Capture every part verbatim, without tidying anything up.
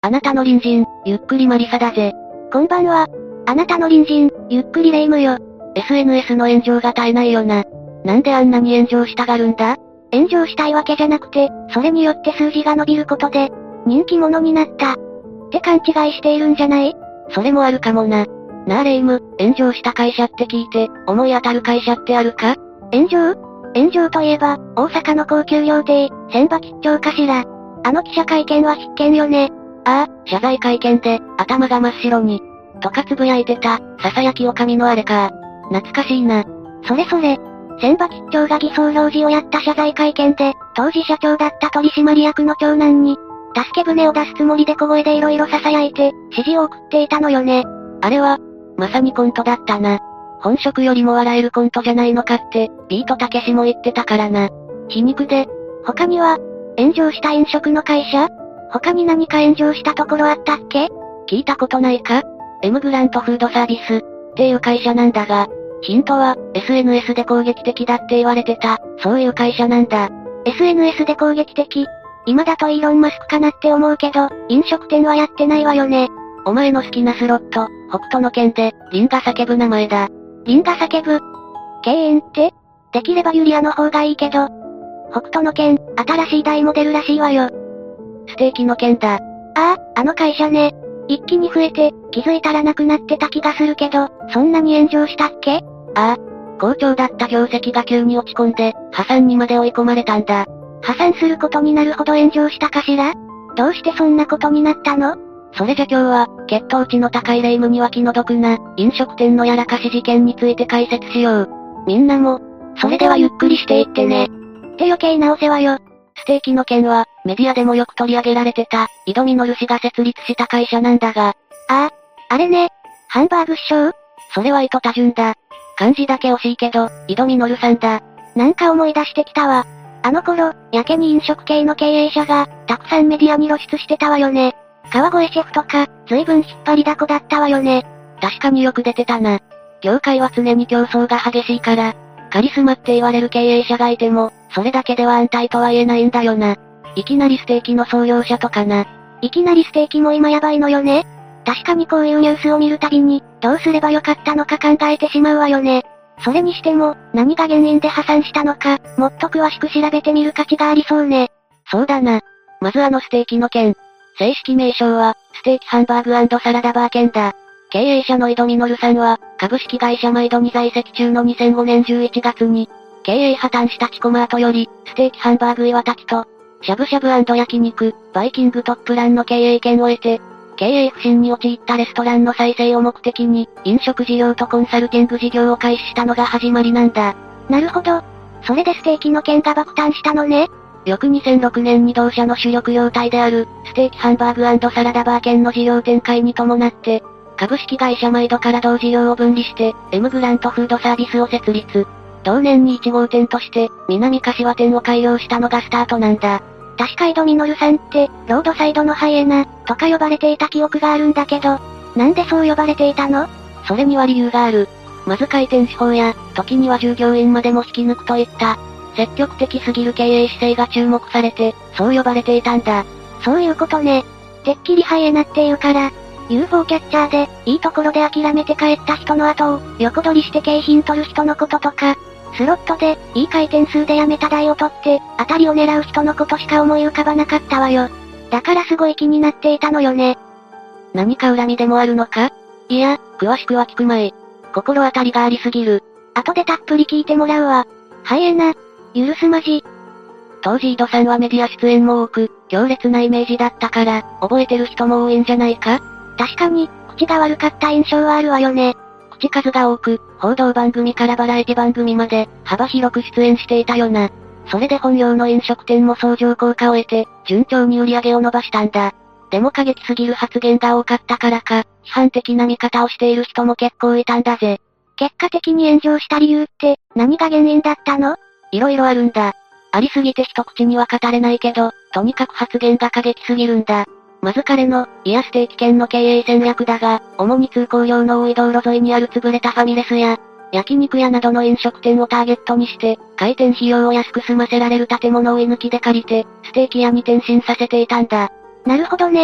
あなたの隣人、ゆっくりマリサだぜ。 こんばんは。あなたの隣人、ゆっくりレ夢ムよ。 エスエヌエス の炎上が絶えないよな。なんであんなに炎上したがるんだ？ 炎上したいわけじゃなくて、それによって数字が伸びることで、人気者になった。って勘違いしているんじゃない？ それもあるかもな。なあレ夢ム、炎上した会社って聞いて、思い当たる会社ってあるか？ 炎上？炎上といえば、大阪の高級料亭、千葉吉兆かしら。あの記者会見は必見よね。 ああ、謝罪会見で、頭が真っ白に。とかつぶやいてた、囁きおかみのあれか。懐かしいな。 それそれ。千葉吉兆が偽装表示をやった謝罪会見で、当時社長だった取締役の長男に、助け舟を出すつもりで小声で色々囁いて、指示を送っていたのよね。 あれは、まさにコントだったな。本職よりも笑えるコントじゃないのかって、ビートたけしも言ってたからな。皮肉で、 他には、炎上した飲食の会社？他に何か炎上したところあったっけ？ 聞いたことないか？エムグラントフードサービス、っていう会社なんだが、ヒントは、エスエヌエス で攻撃的だって言われてた、そういう会社なんだ。 エスエヌエス で攻撃的？今だとイーロンマスクかなって思うけど、飲食店はやってないわよね。 お前の好きなスロット、北斗の拳で、リンが叫ぶ名前だ。 リンが叫ぶ？敬遠って？できればユリアの方がいいけど。北斗の拳、新しい大モデルらしいわよ。 ステーキの件だ。 ああ、あの会社ね。一気に増えて、気づいたらなくなってた気がするけど、そんなに炎上したっけ？ ああ。好調だった業績が急に落ち込んで、破産にまで追い込まれたんだ。 破産することになるほど炎上したかしら？どうしてそんなことになったの？ それじゃ今日は、血糖値の高いレ夢ムには気の毒な、飲食店のやらかし事件について解説しよう。みんなも、それではゆっくりしていってね。 って余計なお世話よ。 ステーキの件は、メディアでもよく取り上げられてた、井戸実氏が設立した会社なんだが。 ああ、あれね。ハンバーグ師匠？ それは糸多順だ。漢字だけ惜しいけど、井戸実さんだ。 なんか思い出してきたわ。あの頃、やけに飲食系の経営者が、たくさんメディアに露出してたわよね。川越シェフとか、随分引っ張りだこだったわよね。 確かによく出てたな。業界は常に競争が激しいから、カリスマって言われる経営者がいても、それだけでは安泰とは言えないんだよな。いきなりステーキの創業者とかな。 いきなりステーキも今やばいのよね。確かにこういうニュースを見るたびに、どうすればよかったのか考えてしまうわよね。それにしても、何が原因で破産したのか、もっと詳しく調べてみる価値がありそうね。 そうだな。まずあのステーキの件。正式名称は、ステーキハンバーグ&サラダバー券だ。経営者の井戸実さんは、株式会社マイドに在籍中のにせんごねんじゅういちがつに、経営破綻したチコマートより、ステーキハンバーグ岩滝と、しゃぶしゃぶ&焼肉、バイキングトップランの経営権を得て、経営不振に陥ったレストランの再生を目的に、飲食事業とコンサルティング事業を開始したのが始まりなんだ。 なるほど。それでステーキの件が爆誕したのね。 翌にせんろくねんに同社の主力業態である、ステーキハンバーグ&サラダバー券の事業展開に伴って、株式会社マイドから同事業を分離して、エムグラントフードサービスを設立。同年にいち号店として、南柏店を開業したのがスタートなんだ。 確か井戸実さんって、ロードサイドのハイエナ、とか呼ばれていた記憶があるんだけど、なんでそう呼ばれていたの？ それには理由がある。まず開店手法や、時には従業員までも引き抜くといった、積極的すぎる経営姿勢が注目されて、そう呼ばれていたんだ。 そういうことね。てっきりハイエナっていうから、ユーフォー キャッチャーで、いいところで諦めて帰った人の後を、横取りして景品取る人のこととか、スロットで、いい回転数でやめた台を取って、当たりを狙う人のことしか思い浮かばなかったわよ。だからすごい気になっていたのよね。 何か恨みでもあるのか？いや、詳しくは聞くまい。心当たりがありすぎる。 後でたっぷり聞いてもらうわ。ハイエナ、許すまじ。 当時井戸さんはメディア出演も多く、強烈なイメージだったから、覚えてる人も多いんじゃないか？ 確かに、口が悪かった印象はあるわよね。 口数が多く、報道番組からバラエティ番組まで、幅広く出演していたよな。それで本業の飲食店も相乗効果を得て、順調に売り上げを伸ばしたんだ。でも過激すぎる発言が多かったからか、批判的な見方をしている人も結構いたんだぜ。 結果的に炎上した理由って、何が原因だったの？ いろいろあるんだ。ありすぎて一口には語れないけど、とにかく発言が過激すぎるんだ。まず彼の、イヤステーキ券の経営戦略だが、主に通行量の多い道路沿いにある潰れたファミレスや、焼肉屋などの飲食店をターゲットにして、開店費用を安く済ませられる建物を居抜きで借りて、ステーキ屋に転身させていたんだ。 なるほどね。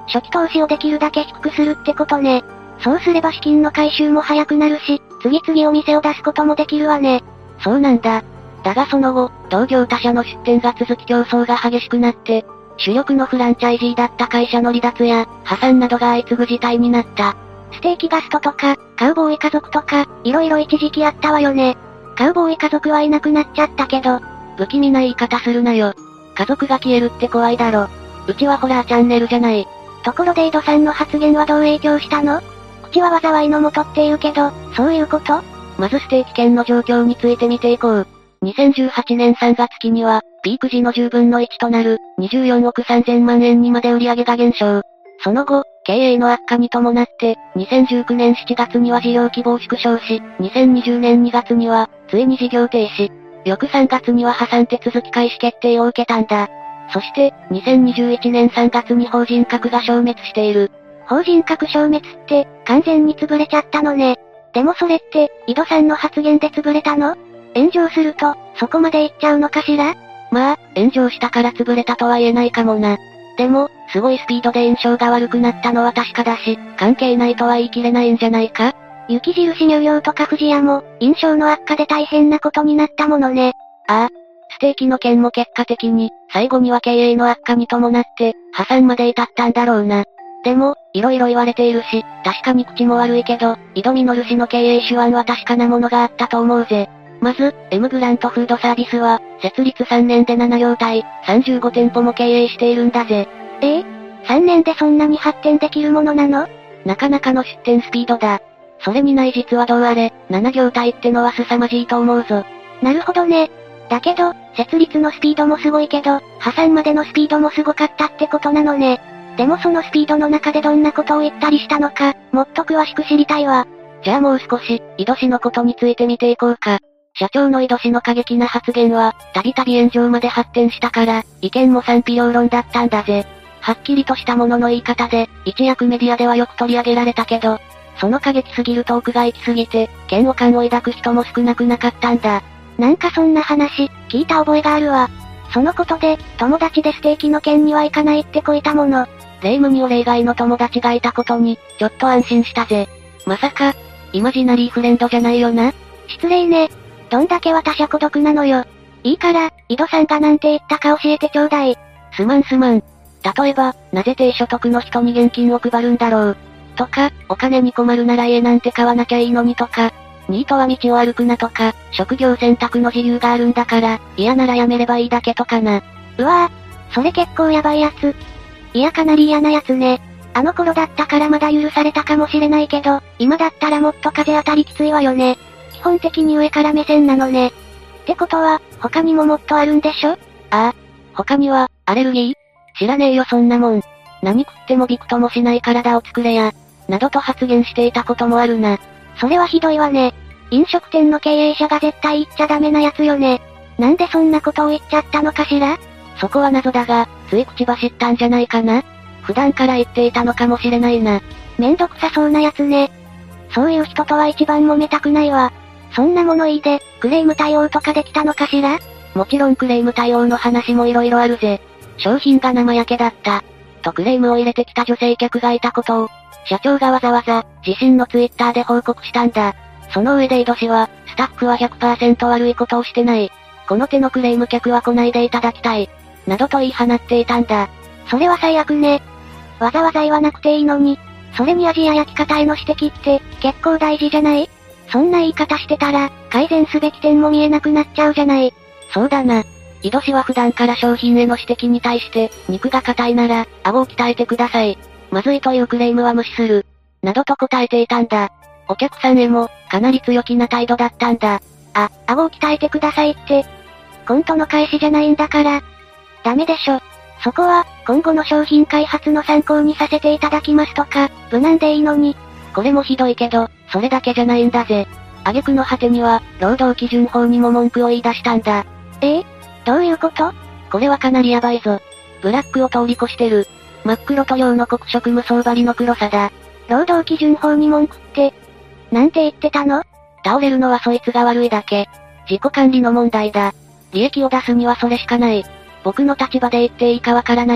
初期投資をできるだけ低くするってことね。そうすれば資金の回収も早くなるし、次々お店を出すこともできるわね。 そうなんだ。だがその後、同業他社の出店が続き競争が激しくなって、主力のフランチャイジーだった会社の離脱や、破産などが相次ぐ事態になった。 ステーキガストとか、カウボーイ家族とか、色々一時期あったわよね。カウボーイ家族はいなくなっちゃったけど、 不気味な言い方するなよ。家族が消えるって怖いだろ。うちはホラーチャンネルじゃない。 ところで井戸さんの発言はどう影響したの？口は災いのもとって言うけど、そういうこと？ まずステーキ券の状況について見ていこう。にせんじゅうはちねんさんがつ期には、ピーク時のじゅうぶんのいちとなる、にじゅうよんおくさんぜんまんえんにまで売上が減少。その後、経営の悪化に伴って、にせんじゅうきゅうねんしちがつには事業規模を縮小し、にせんにじゅうねんにがつには、ついに事業停止。翌さんがつには破産手続き開始決定を受けたんだ。そして、にせんにじゅういちねんさんがつに法人格が消滅している。 法人格消滅って、完全に潰れちゃったのね。でもそれって、井戸さんの発言で潰れたの？炎上すると、そこまでいっちゃうのかしら？ まあ、炎上したから潰れたとは言えないかもな。でも、すごいスピードで印象が悪くなったのは確かだし、関係ないとは言い切れないんじゃないか？ 雪印乳業とか富士屋も、印象の悪化で大変なことになったものね。 ああ。ステーキの件も結果的に、最後には経営の悪化に伴って、破産まで至ったんだろうな。でも、色々言われているし、確かに口も悪いけど、井戸実氏の経営手腕は確かなものがあったと思うぜ。まず、M グラントフードサービスは、設立さんねんでなな業態、さんじゅうごてんぽも経営しているんだぜ。 ええ ?さん 年でそんなに発展できるものなの？ なかなかの出店スピードだ。それにない実はどうあれ、なな業態ってのは凄まじいと思うぞ。 なるほどね。だけど、設立のスピードもすごいけど、破産までのスピードもすごかったってことなのね。でもそのスピードの中でどんなことを言ったりしたのか、もっと詳しく知りたいわ。 じゃあもう少し、井戸氏のことについて見ていこうか。社長の井戸氏の過激な発言は、たびたび炎上まで発展したから、意見も賛否両論だったんだぜ。はっきりとしたものの言い方で、一躍メディアではよく取り上げられたけど、その過激すぎるトークが行き過ぎて、嫌悪感を抱く人も少なくなかったんだ。 なんかそんな話、聞いた覚えがあるわ。そのことで、友達でステーキの件には行かないってこいたもの。 霊夢に俺以外の友達がいたことに、ちょっと安心したぜ。まさか、イマジナリーフレンドじゃないよな？ 失礼ね。どんだけ私は孤独なのよ。いいから、井戸さんがなんて言ったか教えてちょうだい。 すまんすまん。例えば、なぜ低所得の人に現金を配るんだろう。とか、お金に困るなら家なんて買わなきゃいいのにとか、ニートは道を歩くなとか、職業選択の自由があるんだから、嫌ならやめればいいだけとかな。 うわぁ、それ結構やばいやつ。いやかなり嫌なやつね。あの頃だったからまだ許されたかもしれないけど、今だったらもっと風当たりきついわよね。基本的に上から目線なのね。ってことは、他にももっとあるんでしょ？ああ。他には、アレルギー？知らねえよそんなもん。何食ってもびくともしない体を作れや。などと発言していたこともあるな。 それはひどいわね。飲食店の経営者が絶対言っちゃダメなやつよね。なんでそんなことを言っちゃったのかしら？ そこは謎だが、つい口走ったんじゃないかな？普段から言っていたのかもしれないな。 めんどくさそうなやつね。そういう人とは一番揉めたくないわ。そんな物言いで、クレーム対応とかできたのかしら？ もちろんクレーム対応の話も色々あるぜ。商品が生焼けだった。とクレームを入れてきた女性客がいたことを、社長がわざわざ、自身のツイッターで報告したんだ。その上で井戸氏は、スタッフは ひゃくパーセント 悪いことをしてない。この手のクレーム客は来ないでいただきたい。などと言い放っていたんだ。 それは最悪ね。わざわざ言わなくていいのに、それに味や焼き方への指摘って、結構大事じゃない？そんな言い方してたら、改善すべき点も見えなくなっちゃうじゃない。 そうだな。井戸氏は普段から商品への指摘に対して、肉が硬いなら、顎を鍛えてください。まずいというクレームは無視する。などと答えていたんだ。お客さんへも、かなり強気な態度だったんだ。 あ、顎を鍛えてくださいって、コントの返しじゃないんだから。ダメでしょ。そこは、今後の商品開発の参考にさせていただきますとか、無難でいいのに。 これもひどいけど、それだけじゃないんだぜ。挙句の果てには、労働基準法にも文句を言い出したんだ。 ええ？どういうこと？ これはかなりヤバいぞ。ブラックを通り越してる。真っ黒と洋の黒色無双張りの黒さだ。 労働基準法に文句って、なんて言ってたの？ 倒れるのはそいつが悪いだけ。自己管理の問題だ。利益を出すにはそれしかない。僕の立場で言っていいかわからないが、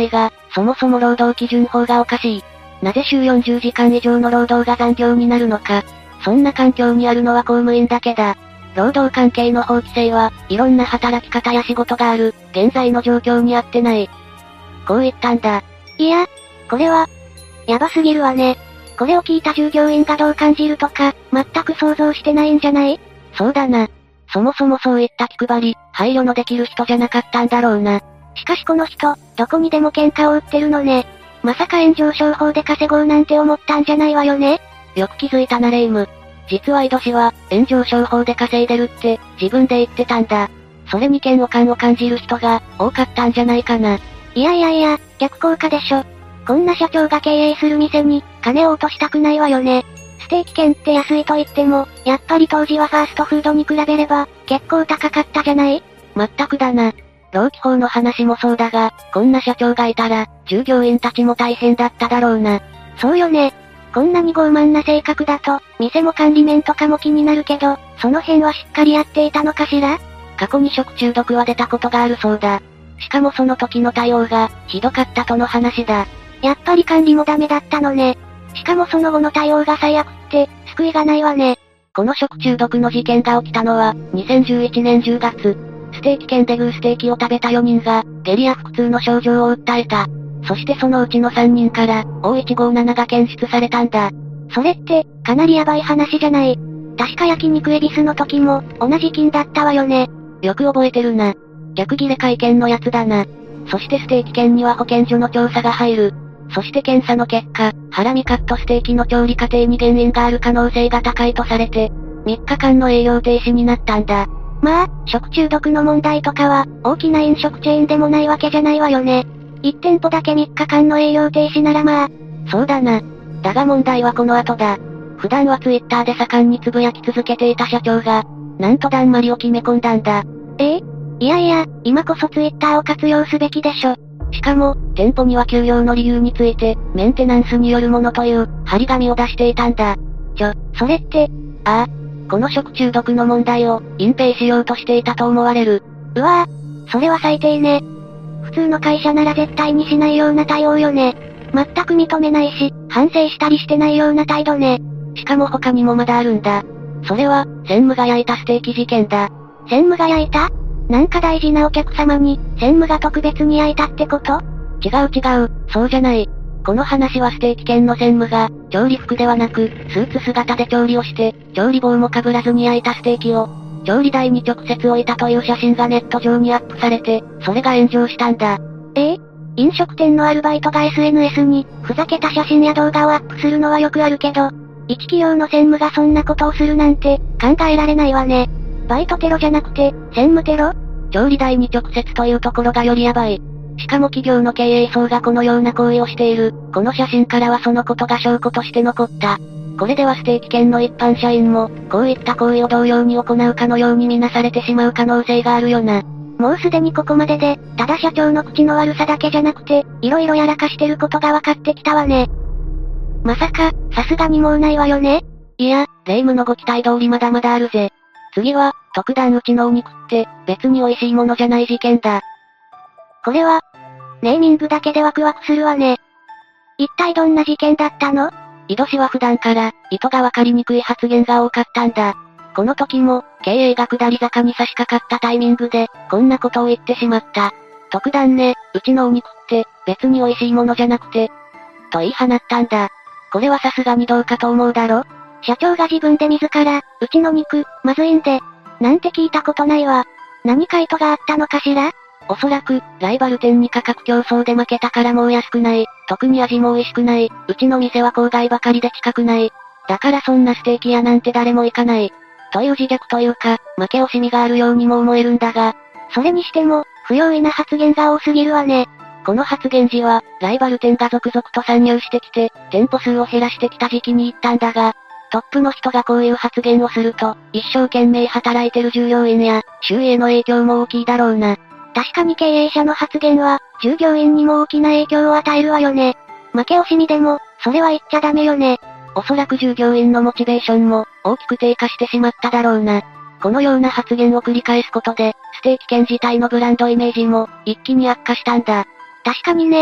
そもそも労働基準法がおかしい。なぜ週よんじゅうじかん以上の労働が残業になるのか。そんな環境にあるのは公務員だけだ。労働関係の法規制は、いろんな働き方や仕事がある、現在の状況に合ってない。こう言ったんだ。 いや、これは、やばすぎるわね。これを聞いた従業員がどう感じるとか、全く想像してないんじゃない？ そうだな。そもそもそういった気配り、配慮のできる人じゃなかったんだろうな。 しかしこの人、どこにでも喧嘩を売ってるのね。まさか炎上商法で稼ごうなんて思ったんじゃないわよね。 よく気づいたなレイム。実は井戸氏は、炎上商法で稼いでるって、自分で言ってたんだ。それに嫌悪感を感じる人が、多かったんじゃないかな。 いやいやいや、逆効果でしょ。こんな社長が経営する店に、金を落としたくないわよね。ステーキ券って安いと言っても、やっぱり当時はファーストフードに比べれば、結構高かったじゃない？ まったくだな。労基法の話もそうだが、こんな社長がいたら、従業員たちも大変だっただろうな。 そうよね。こんなに傲慢な性格だと、店も管理面とかも気になるけど、その辺はしっかりやっていたのかしら？ 過去に食中毒は出たことがあるそうだ。しかもその時の対応が、ひどかったとの話だ。 やっぱり管理もダメだったのね。しかもその後の対応が最悪って、救いがないわね。 この食中毒の事件が起きたのは、にせんじゅういちねんじゅうがつ。ステーキ券でグーステーキを食べたよにんが、下痢や腹痛の症状を訴えた。そしてそのうちのさんにんから、オーいちごーななが検出されたんだ。 それって、かなりヤバい話じゃない。確か焼肉エビスの時も、同じ菌だったわよね。 よく覚えてるな。逆切れ会見のやつだな。そしてステーキ券には保健所の調査が入る。そして検査の結果、ハラミカットステーキの調理過程に原因がある可能性が高いとされて、みっかかんの営業停止になったんだ。 まあ、食中毒の問題とかは、大きな飲食チェーンでもないわけじゃないわよね。いち店舗だけみっかかんの営業停止ならまあ。 そうだな。だが問題はこの後だ。普段はツイッターで盛んにつぶやき続けていた社長が、なんとだんまりを決め込んだんだ。 ええ？いやいや、今こそツイッターを活用すべきでしょ。 しかも、店舗には休業の理由について、メンテナンスによるものという、張り紙を出していたんだ。 ちょ、それって、 ああ、この食中毒の問題を、隠蔽しようとしていたと思われる。 うわぁ、それは最低ね。普通の会社なら絶対にしないような対応よね。全く認めないし、反省したりしてないような態度ね。 しかも他にもまだあるんだ。それは、専務が焼いたステーキ事件だ。 専務が焼いた？なんか大事なお客様に、専務が特別に焼いたってこと？ 違う違う、そうじゃない。この話はステーキ店の専務が、調理服ではなく、スーツ姿で調理をして、調理棒も被らずに焼いたステーキを、調理台に直接置いたという写真がネット上にアップされて、それが炎上したんだ。 ええ？飲食店のアルバイトが エスエヌエス に、ふざけた写真や動画をアップするのはよくあるけど、一企業の専務がそんなことをするなんて、考えられないわね。バイトテロじゃなくて、専務テロ？ 調理台に直接というところがよりヤバい。しかも企業の経営層がこのような行為をしている、この写真からはそのことが証拠として残った。これではステーキ店の一般社員も、こういった行為を同様に行うかのように見なされてしまう可能性があるよな。 もうすでにここまでで、ただ社長の口の悪さだけじゃなくて、色々やらかしてることが分かってきたわね。まさか、さすがにもうないわよね？ いや、霊夢のご期待通りまだまだあるぜ。次は、特段うちのお肉って、別に美味しいものじゃない事件だ。 これは、ネーミングだけでワクワクするわね。一体どんな事件だったの？ 井戸氏は普段から、意図がわかりにくい発言が多かったんだ。この時も、経営が下り坂に差し掛かったタイミングで、こんなことを言ってしまった。特段ね、うちのお肉って、別に美味しいものじゃなくて、と言い放ったんだ。これはさすがにどうかと思うだろ？ 社長が自分で自ら、うちの肉、まずいんで、なんて聞いたことないわ。何か意図があったのかしら？ おそらく、ライバル店に価格競争で負けたからもう安くない。特に味も美味しくない。うちの店は郊外ばかりで近くない。だからそんなステーキ屋なんて誰も行かない。という自虐というか、負け惜しみがあるようにも思えるんだが、 それにしても、不用意な発言が多すぎるわね。 この発言時は、ライバル店が続々と参入してきて、店舗数を減らしてきた時期に言ったんだが、トップの人がこういう発言をすると、一生懸命働いてる従業員や、周囲への影響も大きいだろうな。 確かに経営者の発言は、従業員にも大きな影響を与えるわよね。負け惜しみでも、それは言っちゃダメよね。 おそらく従業員のモチベーションも、大きく低下してしまっただろうな。このような発言を繰り返すことで、ステーキ店自体のブランドイメージも、一気に悪化したんだ。 確かにね。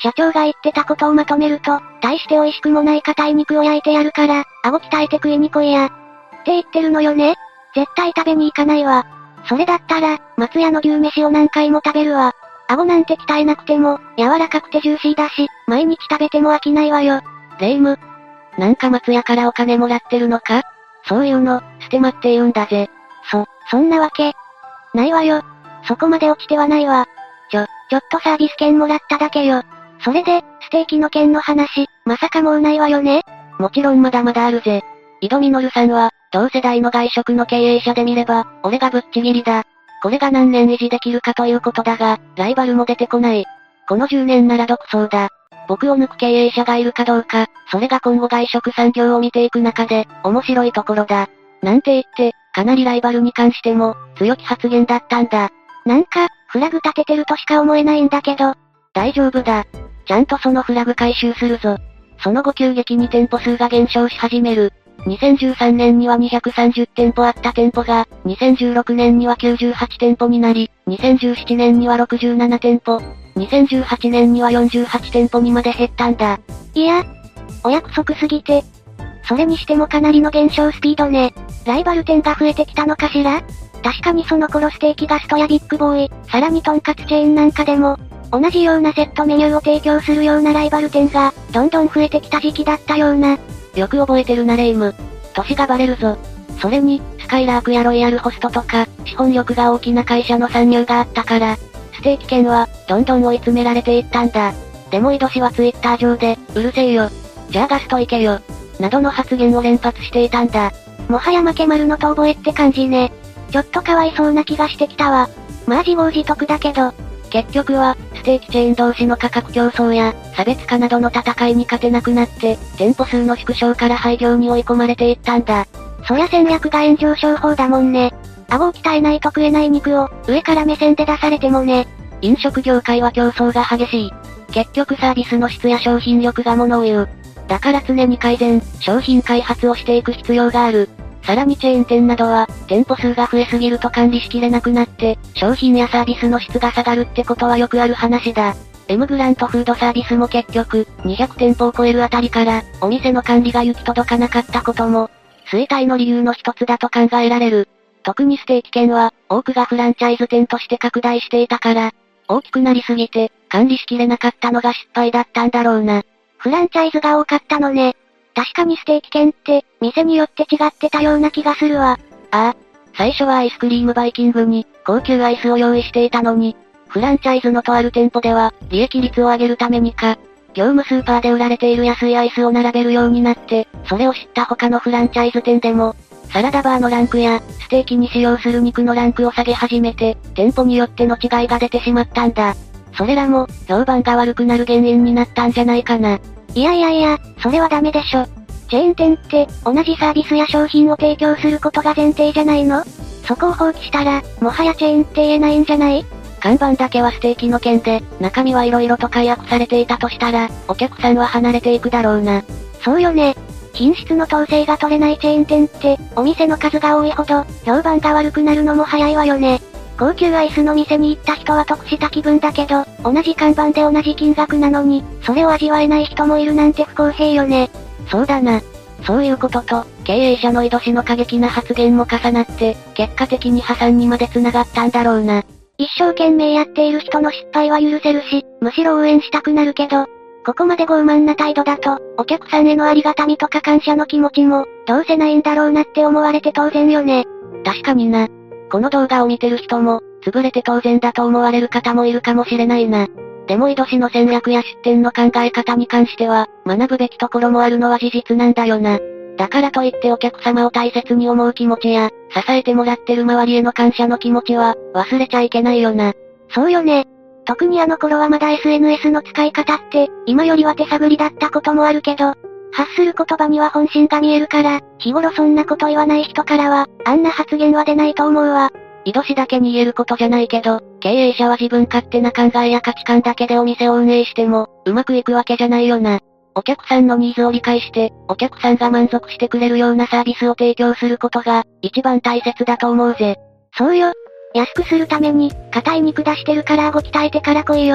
社長が言ってたことをまとめると、大して美味しくもない硬い肉を焼いてやるから、顎鍛えて食いに来いや。って言ってるのよね。絶対食べに行かないわ。それだったら、松屋の牛飯を何回も食べるわ。顎なんて鍛えなくても、柔らかくてジューシーだし、毎日食べても飽きないわよ。 レイム。なんか松屋からお金もらってるのか？そういうの、ステマって言うんだぜ。 そ、そんなわけ。ないわよ。そこまで落ちてはないわ。ちょ、ちょっとサービス券もらっただけよ。それで、ステーキの件の話、まさかもうないわよね？ もちろんまだまだあるぜ。井戸実さんは、同世代の外食の経営者で見れば、俺がぶっちぎりだ。これが何年維持できるかということだが、ライバルも出てこない。このじゅうねんなら独走だ。僕を抜く経営者がいるかどうか、それが今後外食産業を見ていく中で、面白いところだ。なんて言って、かなりライバルに関しても、強気発言だったんだ。 なんか、フラグ立ててるとしか思えないんだけど。 大丈夫だ。ちゃんとそのフラグ回収するぞ。その後急激に店舗数が減少し始める。にせんじゅうさんねんにはにひゃくさんじゅう店舗あった店舗が、にせんじゅうろくねんにはきゅうじゅうはち店舗になり、にせんじゅうななねんにはろくじゅうなな店舗、にせんじゅうはちねんにはよんじゅうはち店舗にまで減ったんだ。 いや、お約束すぎて。それにしてもかなりの減少スピードね。ライバル店が増えてきたのかしら？確かにその頃ステーキガストやビッグボーイ、さらにトンカツチェーンなんかでも、同じようなセットメニューを提供するようなライバル店が、どんどん増えてきた時期だったような。 よく覚えてるなレイム。年がバレるぞ。それに、スカイラークやロイヤルホストとか、資本力が大きな会社の参入があったから、ステーキ券は、どんどん追い詰められていったんだ。でも井戸氏はツイッター上で、うるせえよ。じゃあガスト行けよ。などの発言を連発していたんだ。 もはや負け丸の遠吠えって感じね。ちょっとかわいそうな気がしてきたわ。まあ自業自得だけど。 結局は、ステーキチェーン同士の価格競争や、差別化などの戦いに勝てなくなって、店舗数の縮小から廃業に追い込まれていったんだ。 そりゃ戦略が炎上商法だもんね。顎を鍛えないと食えない肉を、上から目線で出されてもね。 飲食業界は競争が激しい。結局サービスの質や商品力が物を言う。だから常に改善、商品開発をしていく必要がある。さらにチェーン店などは、店舗数が増えすぎると管理しきれなくなって、商品やサービスの質が下がるってことはよくある話だ。M グラントフードサービスも結局、にひゃく店舗を超えるあたりから、お店の管理が行き届かなかったことも、衰退の理由の一つだと考えられる。特にステーキ券は、多くがフランチャイズ店として拡大していたから、大きくなりすぎて、管理しきれなかったのが失敗だったんだろうな。 フランチャイズが多かったのね。確かにステーキ券って、店によって違ってたような気がするわ。 ああ。最初はアイスクリームバイキングに、高級アイスを用意していたのに、フランチャイズのとある店舗では、利益率を上げるためにか、業務スーパーで売られている安いアイスを並べるようになって、それを知った他のフランチャイズ店でも、サラダバーのランクや、ステーキに使用する肉のランクを下げ始めて、店舗によっての違いが出てしまったんだ。それらも、評判が悪くなる原因になったんじゃないかな。 いやいやいや、それはダメでしょ。チェーン店って、同じサービスや商品を提供することが前提じゃないの？そこを放棄したら、もはやチェーンって言えないんじゃない？ 看板だけはステーキの件で、中身は色々と解約されていたとしたら、お客さんは離れていくだろうな。 そうよね。品質の統制が取れないチェーン店って、お店の数が多いほど、評判が悪くなるのも早いわよね。高級アイスの店に行った人は得した気分だけど、同じ看板で同じ金額なのに、それを味わえない人もいるなんて不公平よね。 そうだな。そういうことと、経営者の井戸氏の過激な発言も重なって、結果的に破産にまで繋がったんだろうな。 一生懸命やっている人の失敗は許せるし、むしろ応援したくなるけど、ここまで傲慢な態度だと、お客さんへのありがたみとか感謝の気持ちも、どうせないんだろうなって思われて当然よね。 確かにな。この動画を見てる人も、潰れて当然だと思われる方もいるかもしれないな。でも井戸氏の戦略や出店の考え方に関しては、学ぶべきところもあるのは事実なんだよな。だからといってお客様を大切に思う気持ちや、支えてもらってる周りへの感謝の気持ちは、忘れちゃいけないよな。 そうよね。特にあの頃はまだ エスエヌエス の使い方って、今よりは手探りだったこともあるけど、発する言葉には本心が見えるから、日頃そんなこと言わない人からは、あんな発言は出ないと思うわ。 井戸氏だけに言えることじゃないけど、経営者は自分勝手な考えや価値観だけでお店を運営しても、うまくいくわけじゃないよな。お客さんのニーズを理解して、お客さんが満足してくれるようなサービスを提供することが、一番大切だと思うぜ。 そうよ。安くするために、硬い肉出してるから顎鍛えてから来いよ。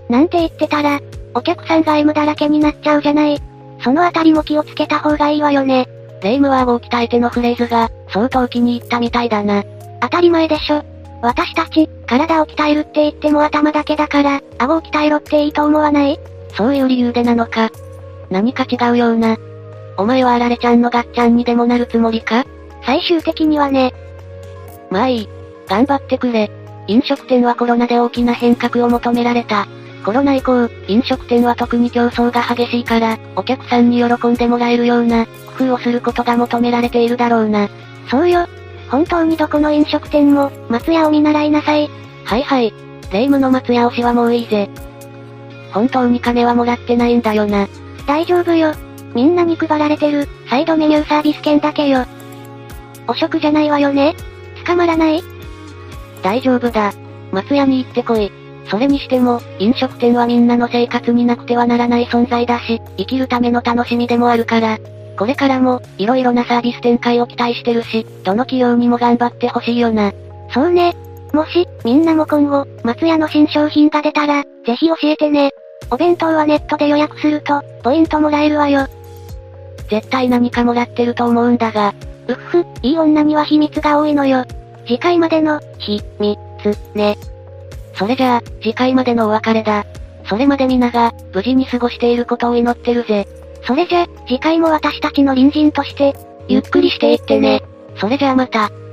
なんて言ってたら、お客さんが エム だらけになっちゃうじゃない。そのあたりも気をつけた方がいいわよね。 レイムは顎を鍛えてのフレーズが、相当気に入ったみたいだな。 当たり前でしょ。私たち、体を鍛えるって言っても頭だけだから、顎を鍛えろっていいと思わない？ そういう理由でなのか。何か違うような。お前はあられちゃんのガッチャンにでもなるつもりか？ 最終的にはね。 まあいい。頑張ってくれ。飲食店はコロナで大きな変革を求められた。コロナ以降、飲食店は特に競争が激しいから、お客さんに喜んでもらえるような、工夫をすることが求められているだろうな。 そうよ。本当にどこの飲食店も、松屋を見習いなさい。 はいはい。レイムの松屋推しはもういいぜ。本当に金はもらってないんだよな。 大丈夫よ。みんなに配られてる、サイドメニューサービス券だけよ。お食じゃないわよね？捕まらない？ 大丈夫だ。松屋に行ってこい。それにしても、飲食店はみんなの生活になくてはならない存在だし、生きるための楽しみでもあるから、これからも、いろいろなサービス展開を期待してるし、どの企業にも頑張ってほしいよな。 そうね。もし、みんなも今後、松屋の新商品が出たら、ぜひ教えてね。お弁当はネットで予約すると、ポイントもらえるわよ。 絶対何かもらってると思うんだが。 うっふ、いい女には秘密が多いのよ。次回までの、ひ、み、つ、ね。 それじゃあ、次回までのお別れだ。それまで皆が、無事に過ごしていることを祈ってるぜ。 それじゃ、次回も私たちの隣人として、 ゆっくりしていってね。それじゃあまた。